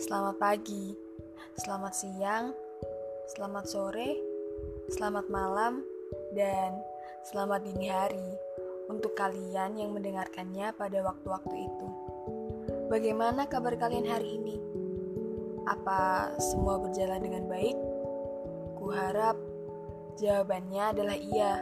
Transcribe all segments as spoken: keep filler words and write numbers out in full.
Selamat pagi, selamat siang, selamat sore, selamat malam, dan selamat dini hari untuk kalian yang mendengarkannya pada waktu-waktu itu. Bagaimana kabar kalian hari ini? Apa semua berjalan dengan baik? Kuharap jawabannya adalah iya.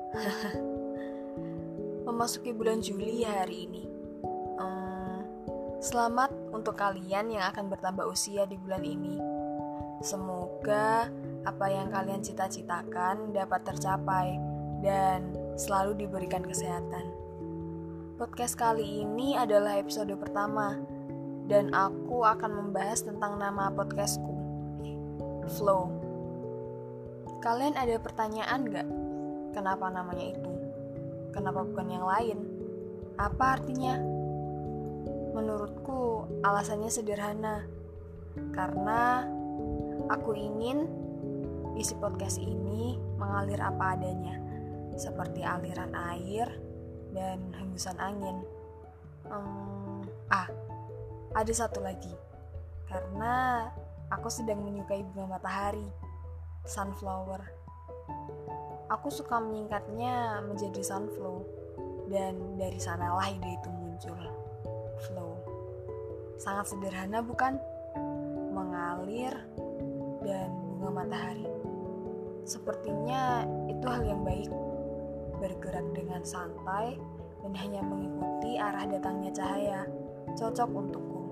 Memasuki bulan Juli hari ini. Hmm, selamat untuk kalian yang akan bertambah usia di bulan ini. Semoga apa yang kalian cita-citakan dapat tercapai dan selalu diberikan kesehatan. Podcast kali ini adalah episode pertama dan aku akan membahas tentang nama podcastku, Flow. Kalian ada pertanyaan gak? Kenapa namanya itu? Kenapa bukan yang lain? Apa artinya? Menurutku alasannya sederhana. Karena aku ingin isi podcast ini mengalir apa adanya, seperti aliran air dan hembusan angin. Hmm, ah, ada satu lagi. Karena aku sedang menyukai bunga matahari, sunflower. Aku suka menyingkatnya menjadi sunflow, dan dari sanalah ide itu muncul. Flow. Sangat sederhana bukan? Mengalir dan bunga matahari. Sepertinya itu hal yang baik. Bergerak dengan santai dan hanya mengikuti arah datangnya cahaya. Cocok untukku.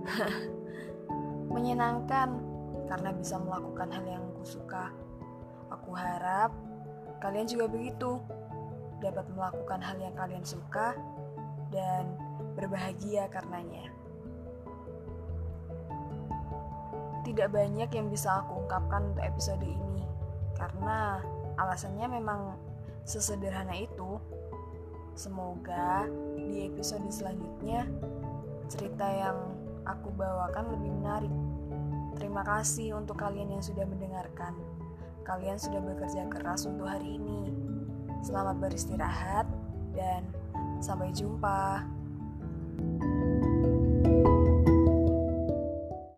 Menyenangkan karena bisa melakukan hal yang aku suka. Aku harap kalian juga begitu, dapat melakukan hal yang kalian suka dan berbahagia karenanya. Tidak banyak yang bisa aku ungkapkan untuk episode ini, karena alasannya memang sesederhana itu. Semoga di episode selanjutnya cerita yang aku bawakan lebih menarik. Terima kasih untuk kalian yang sudah mendengarkan. Kalian sudah bekerja keras untuk hari ini. Selamat beristirahat dan sampai jumpa.